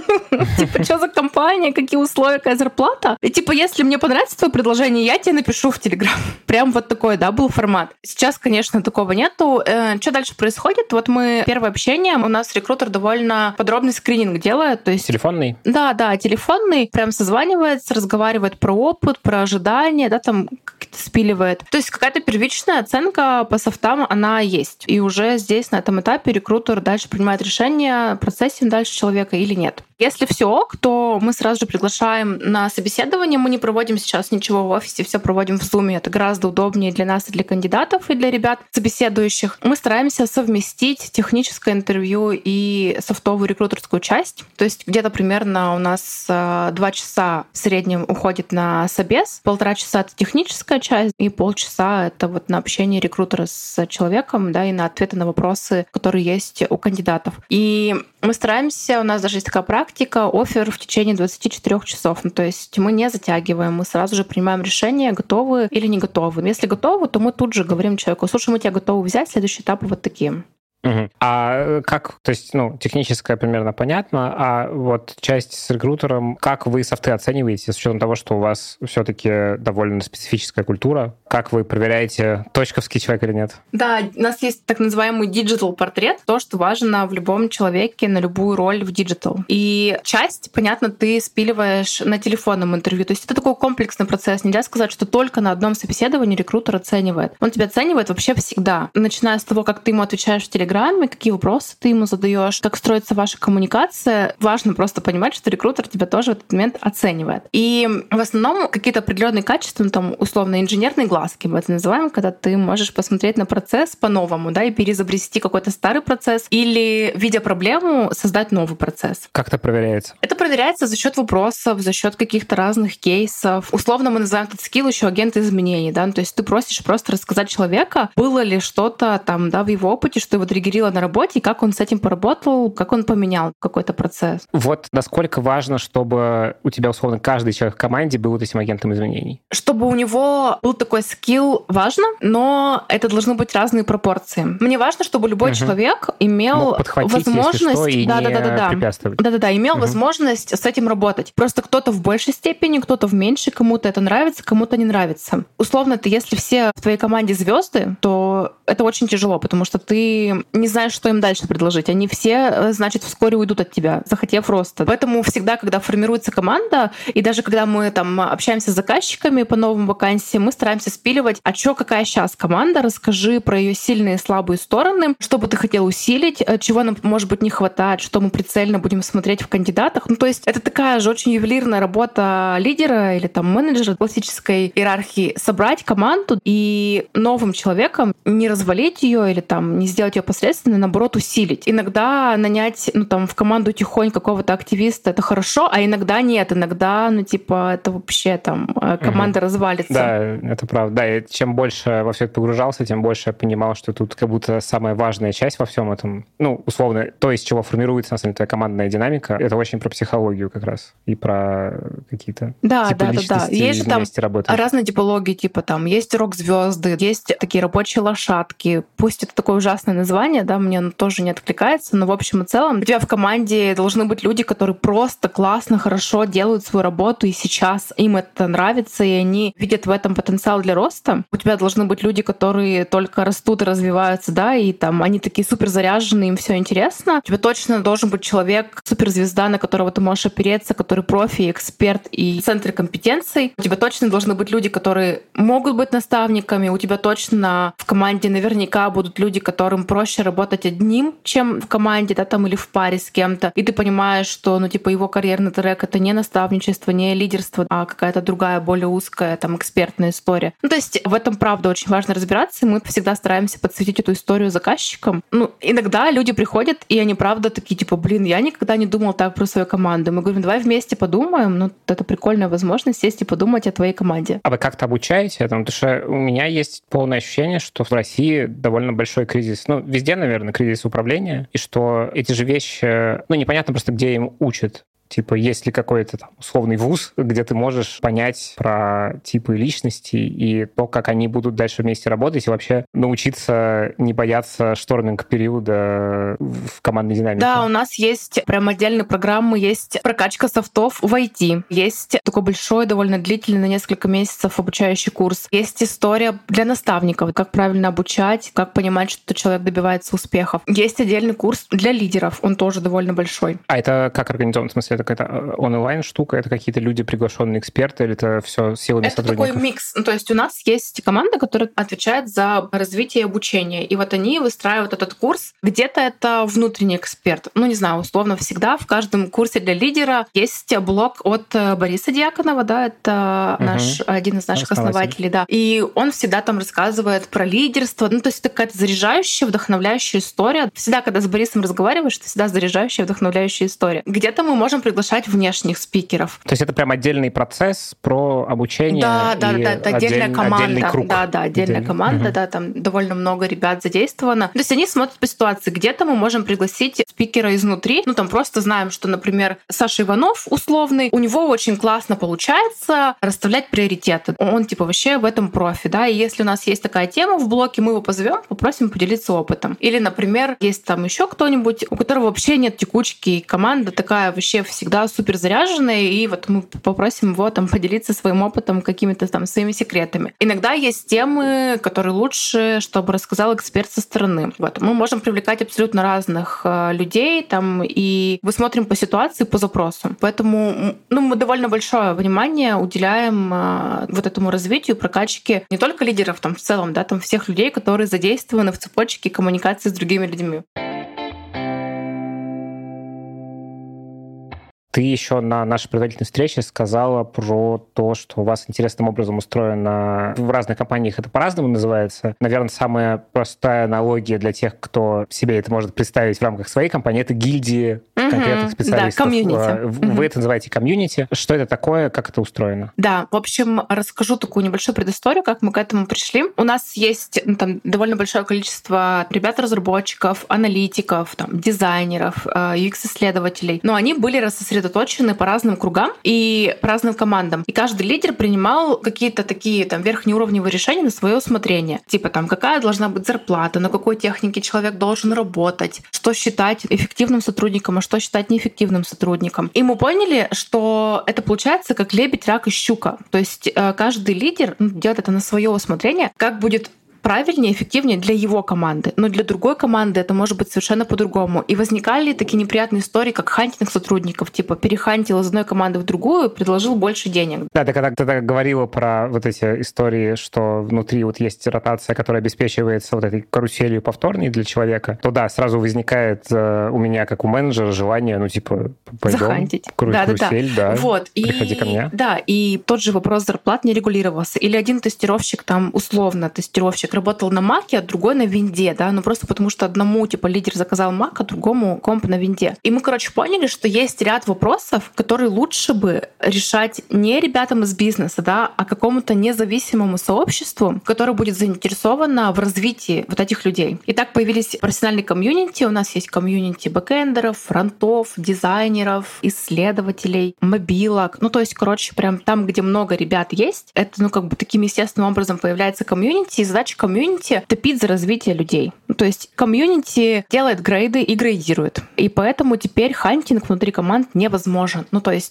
Что за компания, какие условия, какая зарплата. И если мне понравится твое предложение, я тебе напишу в Телеграм». Прям вот такой, да, был формат. Сейчас, конечно, такого нету. Что дальше происходит? Вот мы первое общение, у нас рекрутер довольно подробный скрининг делает. То есть телефонный? Да, телефонный. Прям созванивается, разговаривает про опыт, про ожидания, да, там как-то спиливает. То есть какая-то первичная оценка по софтам, она есть. И уже здесь, на этом этапе, рекрутер дальше принимает решение, процессим дальше человека или нет. Если все ок, то мы сразу же приглашаем на собеседование. Мы не проводим сейчас ничего в офисе, все проводим в Zoom. Это гораздо удобнее для нас и для кандидатов, и для ребят, собеседующих. Мы стараемся совместить техническое интервью и софтовую рекрутерскую часть. То есть где-то примерно у нас 2 часа в среднем уходит на собес, 1,5 часа — это техническая часть, и полчаса — это вот на общение рекрутера с человеком, да, и на ответы на вопросы, которые есть у кандидатов. И мы стараемся, у нас даже есть такая практика, оффер в течение 24 часов. То есть мы не затягиваем, мы сразу же принимаем решение, готовы или не готовы. Если готовы, то мы тут же говорим человеку: слушай, мы тебя готовы взять, следующие этапы вот такие. Угу. А как, то есть, техническое примерно понятно, а вот часть с рекрутером, как вы софты оцениваете, с учетом того, что у вас все-таки довольно специфическая культура как вы проверяете, точковский человек или нет? Да, у нас есть так называемый диджитал-портрет, то, что важно в любом человеке на любую роль в диджитал. И часть, понятно, ты спиливаешь на телефонном интервью. То есть это такой комплексный процесс. Нельзя сказать, что только на одном собеседовании рекрутер оценивает. Он тебя оценивает вообще всегда. Начиная с того, как ты ему отвечаешь в Телеграме, какие вопросы ты ему задаешь, как строится ваша коммуникация. Важно просто понимать, что рекрутер тебя тоже в этот момент оценивает. И в основном какие-то определенные качества, там, условно, инженерные глазки, мы это называем, когда ты можешь посмотреть на процесс по-новому, да, и переизобрести какой-то старый процесс, или, видя проблему, создать новый процесс. Как это проверяется? Это проверяется за счет вопросов, за счет каких-то разных кейсов. Условно мы называем этот скилл еще агент изменений, да, то есть ты просишь просто рассказать человека, было ли что-то там, да, в его опыте, что его триггерило на работе, и как он с этим поработал, как он поменял какой-то процесс. Вот насколько важно, чтобы у тебя, условно, каждый человек в команде был вот этим агентом изменений? Чтобы у него был такой скилл, важно, но это должны быть разные пропорции. Мне важно, чтобы любой человек имел возможность... Если что, и не препятствовать. Да-да-да, имел возможность с этим работать. Просто кто-то в большей степени, кто-то в меньшей, кому-то это нравится, кому-то не нравится. Условно, если все в твоей команде звезды, то это очень тяжело, потому что ты не знаешь, что им дальше предложить. Они все, значит, вскоре уйдут от тебя, захотев роста. Поэтому всегда, когда формируется команда, и даже когда мы там общаемся с заказчиками по новым вакансиям, мы стараемся спиливать, а чё, какая сейчас команда, расскажи про ее сильные и слабые стороны, что бы ты хотел усилить, чего нам, может быть, не хватает, что мы прицельно будем смотреть в кандидатах. Ну, то есть это такая же очень ювелирная работа лидера или там менеджера классической иерархии — собрать команду и новым человеком не развалить ее или там не сделать ее посредственно, наоборот, усилить. Иногда нанять, в команду тихонько какого-то активиста — это хорошо, а иногда нет. Иногда, это вообще команда развалится. Да, это правда. Да, и чем больше во все это погружался, тем больше я понимал, что тут как будто самая важная часть во всем этом, условно, то, из чего формируется, на самом деле, твоя командная динамика, это очень про психологию как раз и про какие-то типы личности, есть вместе работать. Разные типологии, есть рок-звезды, есть такие рабочие лошадки. Пусть это такое ужасное название, да, мне оно тоже не откликается, но в общем и целом у тебя в команде должны быть люди, которые просто классно, хорошо делают свою работу, и сейчас им это нравится, и они видят в этом потенциал для роста. У тебя должны быть люди, которые только растут и развиваются, да, и они такие супер заряженные, им все интересно. У тебя точно должен быть человек, суперзвезда, на которого ты можешь опереться, который профи, эксперт и центр компетенций. У тебя точно должны быть люди, которые могут быть наставниками. У тебя точно в команде наверняка будут люди, которым проще работать одним, чем в команде, да, или в паре с кем-то. И ты понимаешь, что, его карьерный трек — это не наставничество, не лидерство, а какая-то другая, более узкая, экспертная история. То есть в этом, правда, очень важно разбираться, и мы всегда стараемся подсветить эту историю заказчикам. Иногда люди приходят, и они, правда, такие, я никогда не думал так про свою команду. Мы говорим, давай вместе подумаем. Это прикольная возможность сесть и подумать о твоей команде. А вы как-то обучаете этому? Потому что у меня есть полное ощущение, что в России довольно большой кризис. Везде, наверное, кризис управления, и что эти же вещи, непонятно просто, где им учат. Есть ли какой-то условный вуз, где ты можешь понять про типы личностей и то, как они будут дальше вместе работать, и вообще научиться не бояться шторминг-периода в командной динамике? Да, у нас есть прям отдельные программы, есть прокачка софтов в IT, есть такой большой, довольно длительный, на несколько месяцев обучающий курс, есть история для наставников, как правильно обучать, как понимать, что человек добивается успехов. Есть отдельный курс для лидеров, он тоже довольно большой. А это как организован? В смысле, это какая-то онлайн-штука, это какие-то люди, приглашенные эксперты, или это все силами сотрудников? Это такой микс. То есть у нас есть команда, которая отвечает за развитие и обучение. И они выстраивают этот курс. Где-то это внутренний эксперт. Не знаю, условно, всегда в каждом курсе для лидера есть блог от Бориса Дьяконова, да, это один из наших основателей, да. И он всегда там рассказывает про лидерство. То есть это какая-то заряжающая, вдохновляющая история. Всегда, когда с Борисом разговариваешь, это всегда заряжающая, вдохновляющая история. Где-то мы можем приглашать внешних спикеров. То есть это прям отдельный процесс про обучение? Да, это отдельная команда. Отдельный круг. Да, отдельная команда, да, там довольно много ребят задействовано. То есть они смотрят по ситуации. Где-то мы можем пригласить спикера изнутри. Просто знаем, что, например, Саша Иванов условный, у него очень классно получается расставлять приоритеты. Он вообще в этом профи, да, и если у нас есть такая тема в блоке, мы его позовем, попросим поделиться опытом. Или, например, есть там еще кто-нибудь, у которого вообще нет текучки, и команда такая вообще всегда супер заряженный, и вот мы попросим его там поделиться своим опытом, какими-то там своими секретами. Иногда есть темы, которые лучше, чтобы рассказал эксперт со стороны. Вот. Мы можем привлекать абсолютно разных людей, там, и мы смотрим по ситуации, по запросу. Поэтому мы довольно большое внимание уделяем вот этому развитию, прокачке не только лидеров там в целом, да, там всех людей, которые задействованы в цепочке коммуникации с другими людьми. Ты еще на нашей предварительной встрече сказала про то, что у вас интересным образом устроено. В разных компаниях это по-разному называется. Наверное, самая простая аналогия для тех, кто себе это может представить в рамках своей компании, это гильдии конкретных специалистов. Да, комьюнити. Вы это называете комьюнити. Что это такое, как это устроено? Да, в общем, расскажу такую небольшую предысторию, как мы к этому пришли. У нас есть там довольно большое количество ребят-разработчиков, аналитиков, там, дизайнеров, UX-исследователей, но они были рассосредоточены по разным кругам и по разным командам. И каждый лидер принимал какие-то такие там верхнеуровневые решения на свое усмотрение. Типа там, какая должна быть зарплата, на какой технике человек должен работать, что считать эффективным сотрудником, а что считать неэффективным сотрудником. И мы поняли, что это получается как лебедь, рак и щука. То есть каждый лидер делает это на свое усмотрение, как будет правильнее, эффективнее для его команды. Но для другой команды это может быть совершенно по-другому. И возникали такие неприятные истории, как хантинг сотрудников, типа перехантил из одной команды в другую, предложил больше денег. Да, ты когда говорила про вот эти истории, что внутри вот есть ротация, которая обеспечивается вот этой каруселью повторной для человека, то да, сразу возникает у меня, как у менеджера, желание, пойдем, захантить. Карусель, да. Вот. Приходи ко мне. Да, и тот же вопрос зарплат не регулировался. Или один тестировщик, там, условно, тестировщик работал на Маке, а другой на Винде, да, просто потому что одному, лидер заказал Мак, а другому комп на Винде. И мы, поняли, что есть ряд вопросов, которые лучше бы решать не ребятам из бизнеса, да, а какому-то независимому сообществу, которое будет заинтересовано в развитии вот этих людей. И так появились профессиональные комьюнити. У нас есть комьюнити бэкэндеров, фронтов, дизайнеров, исследователей, мобилок. Прям там, где много ребят есть, это, таким естественным образом появляется комьюнити, и задача комьюнити — топить за развитие людей. То есть комьюнити делает грейды и грейдирует. И поэтому теперь хантинг внутри команд невозможен.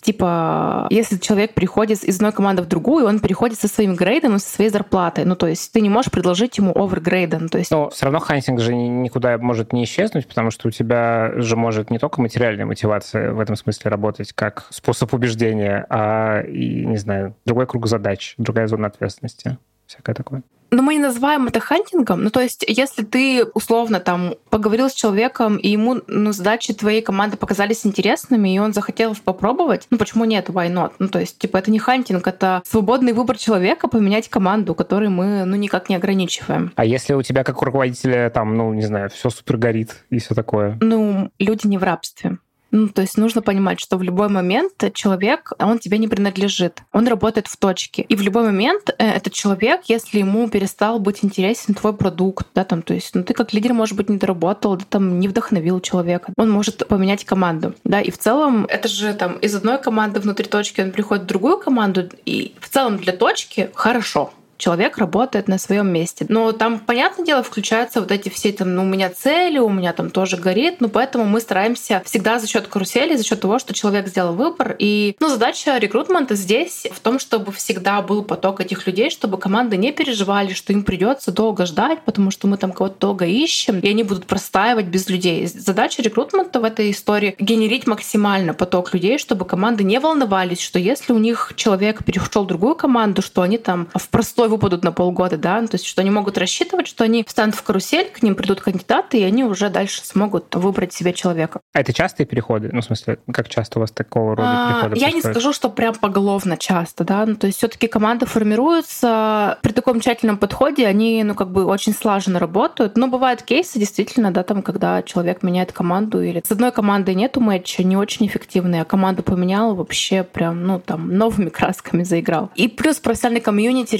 Если человек приходит из одной команды в другую, он переходит со своим грейдом и со своей зарплатой. Ты не можешь предложить ему овергрейда. Но все равно хантинг же никуда может не исчезнуть, потому что у тебя же может не только материальная мотивация в этом смысле работать как способ убеждения, а и, не знаю, другой круг задач, другая зона ответственности. Всякое такое. Но мы не называем это хантингом. Если ты условно там поговорил с человеком, и ему задачи твоей команды показались интересными, и он захотел их попробовать, почему нет? Why not? Это не хантинг, это свободный выбор человека поменять команду, которую мы никак не ограничиваем. А если у тебя как у руководителя там, все супер горит и все такое? Люди не в рабстве. Нужно понимать, что в любой момент человек, он тебе не принадлежит. Он работает в точке. И в любой момент этот человек, если ему перестал быть интересен твой продукт, да, ты как лидер, может быть, не доработал, да, не вдохновил человека, он может поменять команду. Да, и в целом это же из одной команды внутри точки он приходит в другую команду, и в целом для точки хорошо. Человек работает на своем месте. Но там, понятное дело, включаются вот эти все у меня цели, у меня там тоже горит, поэтому мы стараемся всегда за счет карусели, за счет того, что человек сделал выбор. И задача рекрутмента здесь в том, чтобы всегда был поток этих людей, чтобы команды не переживали, что им придется долго ждать, потому что мы там кого-то долго ищем, и они будут простаивать без людей. Задача рекрутмента в этой истории — генерить максимально поток людей, чтобы команды не волновались, что если у них человек перешел в другую команду, что они там в простой выпадут на полгода, да, что они могут рассчитывать, что они встанут в карусель, к ним придут кандидаты, и они уже дальше смогут выбрать себе человека. А это частые переходы? В смысле, как часто у вас такого рода переходы Я не скажу, что прям поголовно часто, да, все-таки команды формируются при таком тщательном подходе, они, очень слаженно работают, но бывают кейсы, действительно, да, когда человек меняет команду, или с одной командой нету матча, не очень эффективный, а команду поменял, вообще прям, новыми красками заиграл. И плюс профессиональный комьюнити решает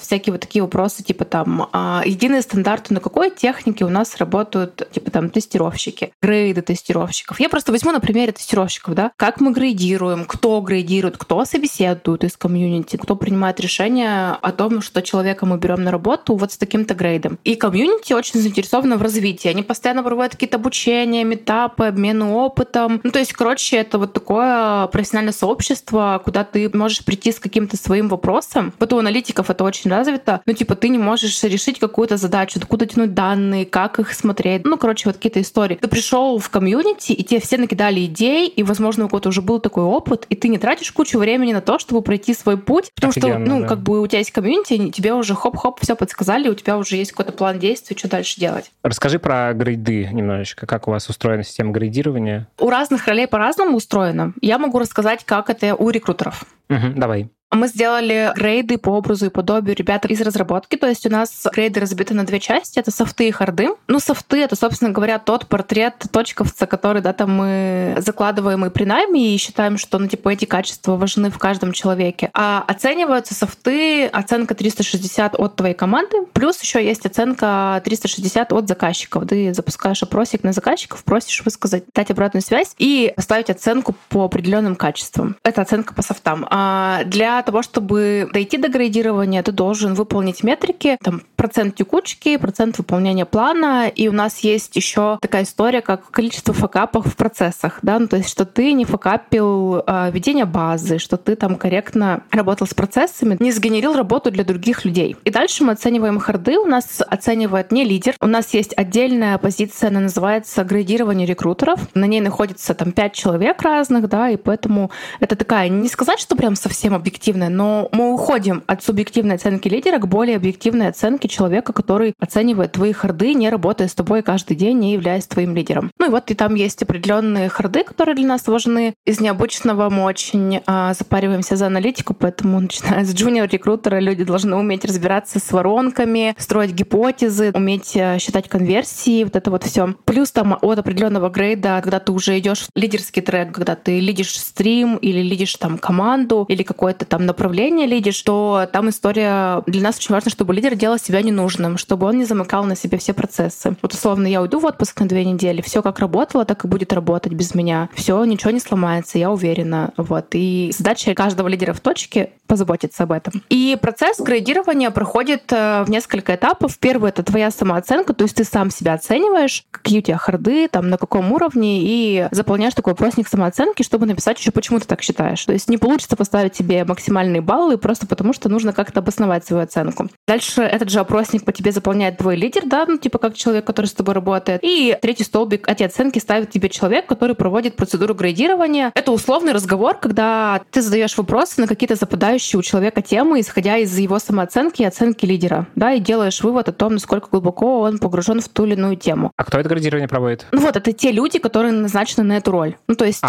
всякие вот такие вопросы, типа там единые стандарты, на какой технике у нас работают, типа там тестировщики, грейды тестировщиков. Я просто возьму на примере тестировщиков, да, как мы грейдируем, кто грейдирует, кто собеседует из комьюнити, кто принимает решение о том, что человека мы берем на работу вот с таким-то грейдом. И комьюнити очень заинтересовано в развитии. Они постоянно проводят какие-то обучения, митапы, обмены опытом. Ну, то есть, короче, это вот такое профессиональное сообщество, куда ты можешь прийти с каким-то своим вопросом. Вот у аналитиков это очень развито. Ну, типа, ты не можешь решить какую-то задачу, откуда тянуть данные, как их смотреть. Ну, короче, вот какие-то истории. Ты пришел в комьюнити, и тебе все накидали идей, и, возможно, у кого-то уже был такой опыт, и ты не тратишь кучу времени на то, чтобы пройти свой путь, потому Офигенно, что, ну, да. как бы у тебя есть комьюнити, тебе уже хоп-хоп все подсказали, у тебя уже есть какой-то план действий, что дальше делать. Расскажи про грейды немножечко. Как у вас устроена система грейдирования? У разных ролей по-разному устроено. Я могу рассказать, как это у рекрутеров. Давай. Мы сделали грейды по образу и подобию ребят из разработки. То есть у нас грейды разбиты на две части. Это софты и харды. Ну, софты — это, собственно говоря, тот портрет точковца, который, да, там мы закладываем и при найме, и считаем, что, ну, типа, эти качества важны в каждом человеке. А оцениваются софты, оценка 360 от твоей команды, плюс еще есть оценка 360 от заказчиков. Ты запускаешь опросик на заказчиков, просишь высказать, дать обратную связь и поставить оценку по определенным качествам. Это оценка по софтам. А для того, чтобы дойти до грейдирования, ты должен выполнить метрики, там, процент текучки, процент выполнения плана, и у нас есть еще такая история, как количество факапов в процессах, да, ну, то есть, что ты не факапил ведение базы, что ты там корректно работал с процессами, не сгенерил работу для других людей. И дальше мы оцениваем харды, у нас оценивает не лидер, у нас есть отдельная позиция, она называется грейдирование рекрутеров, на ней находится там 5 человек разных, да, и поэтому это такая, не сказать, что прям совсем объективная, но мы уходим от субъективной оценки лидера к более объективной оценке человека, который оценивает твои харды, не работая с тобой каждый день, не являясь твоим лидером. Ну и вот и там есть определенные харды, которые для нас важны. Из необычного мы очень запариваемся за аналитику, поэтому, начиная с джуниор-рекрутера, люди должны уметь разбираться с воронками, строить гипотезы, уметь считать конверсии, вот это вот все. Плюс там от определенного грейда, когда ты уже идешь в лидерский трек, когда ты лидишь стрим или лидишь там команду или какое-то там направление лидишь, что там история для нас очень важно, чтобы лидер делал себя ненужным, чтобы он не замыкал на себе все процессы. Вот условно я уйду в отпуск на 2 недели, все как работало, так и будет работать без меня. Все, ничего не сломается, я уверена. Вот. И задача каждого лидера в точке позаботиться об этом. И процесс грейдирования проходит в несколько этапов. Первый — это твоя самооценка, то есть ты сам себя оцениваешь, какие у тебя харды, там, на каком уровне, и заполняешь такой опросник самооценки, чтобы написать еще, почему ты так считаешь. То есть не получится поставить себе максимальные баллы просто потому, что нужно как-то обосновать свою оценку. Дальше этот же опросник по тебе заполняет твой лидер, да, ну, типа как человек, который с тобой работает. И третий столбик эти оценки ставит тебе человек, который проводит процедуру грейдирования. Это условный разговор, когда ты задаешь вопросы на какие-то западающие у человека темы, исходя из его самооценки и оценки лидера, да, и делаешь вывод о том, насколько глубоко он погружен в ту или иную тему. А кто это градирование проводит? Ну вот, это те люди, которые назначены на эту роль. Ну, то есть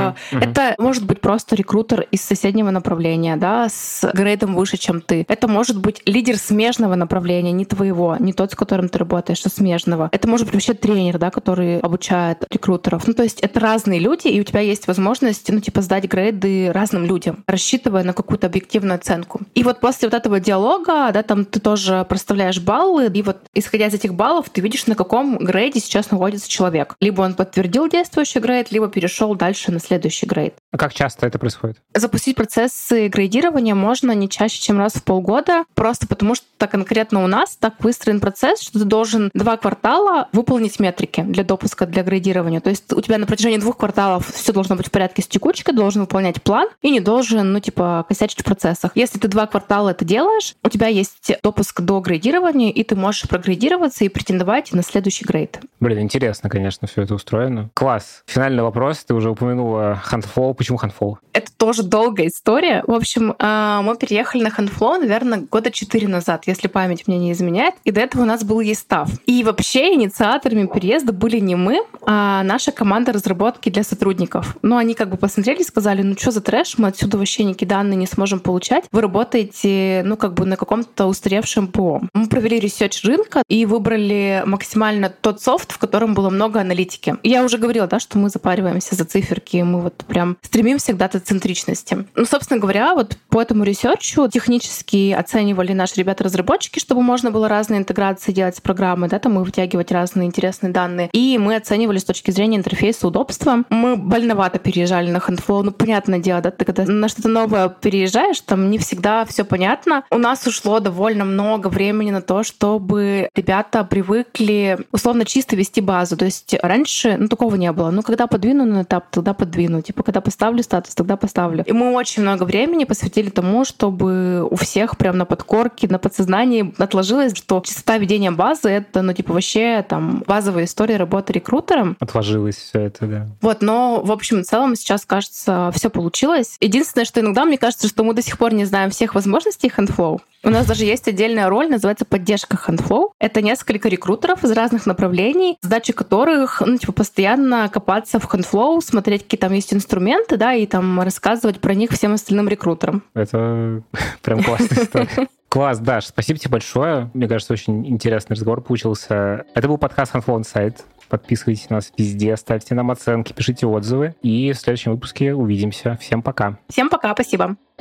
это может быть просто рекрутер из соседнего направления, да, с грейдом выше, чем ты. Это может быть лидер смежного направления, не твоего, не тот, с которым ты работаешь, а смежного. Это может быть вообще тренер, да, который обучает рекрутеров. Ну, то есть это разные люди, и у тебя есть возможность, ну, типа, сдать грейды разным людям, рассчитывая на какую-то объективную оценку. И вот после вот этого диалога, да, там ты тоже проставляешь баллы, и вот исходя из этих баллов ты видишь, на каком грейде сейчас находится человек. Либо он подтвердил действующий грейд, либо перешел дальше на следующий грейд. А как часто это происходит? Запустить процессы грейдирования можно не чаще, чем раз в полгода, просто потому что конкретно у нас так выстроен процесс, что ты должен 2 квартала выполнить метрики для допуска, для грейдирования. То есть у тебя на протяжении 2 кварталов все должно быть в порядке с текучкой, должен выполнять план и не должен, ну, типа, косячить в процессах. Если ты 2 квартала это делаешь, у тебя есть допуск до грейдирования, и ты можешь прогрейдироваться и претендовать на следующий грейд. Блин, интересно, конечно, все это устроено. Класс. Финальный вопрос. Ты уже упомянула Handflow. Почему Handflow? Это тоже долгая история. В общем, мы переехали на Handflow, наверное, года 4 назад, если память мне не изменяет. И до этого у нас был Естав. И вообще инициаторами переезда были не мы, а наша команда разработки для сотрудников. Но они как бы посмотрели и сказали, ну что за трэш, мы отсюда вообще никакие данные не сможем получать. Вы работаете, ну, как бы на каком-то устаревшем ПО. Мы провели ресерч рынка и выбрали максимально тот софт, в котором было много аналитики. Я уже говорила, да, что мы запариваемся за циферки, мы вот прям стремимся к дата-центричности. Ну, собственно говоря, да, вот по этому ресерчу технически оценивали наши ребята-разработчики, чтобы можно было разные интеграции делать с программой, да, там и вытягивать разные интересные данные. И мы оценивали с точки зрения интерфейса, удобства. Мы больновато переезжали на HandFlow. Ну, понятное дело, да, ты когда на что-то новое переезжаешь, там не всегда все понятно. У нас ушло довольно много времени на то, чтобы ребята привыкли условно чисто вести базу. То есть раньше, такого не было. Когда подвину на этап, тогда подвину. Типа, когда поставлю статус, тогда поставлю. И мы очень много времени посвятили тому, чтобы у всех прям на подкорке, на подсознании отложилось, что чистота ведения базы — это, вообще там базовая история работы рекрутером. Отложилось все это, да. Вот, но в общем и целом сейчас, кажется, все получилось. Единственное, что иногда мне кажется, что мы до сих пор не знаем всех возможностей HandFlow. У нас даже есть отдельная роль, называется поддержка HandFlow. Это несколько рекрутеров из разных направлений, задача которых, постоянно копаться в HandFlow, смотреть, какие там есть инструменты, да, и там рассказывать про них всем остальным рекрутерам. Это прям классная история. Класс, Даш, спасибо тебе большое. Мне кажется, очень интересный разговор получился. Это был подкаст HandFlow Insight. Подписывайтесь на нас везде, ставьте нам оценки, пишите отзывы. И в следующем выпуске увидимся. Всем пока. Всем пока, спасибо.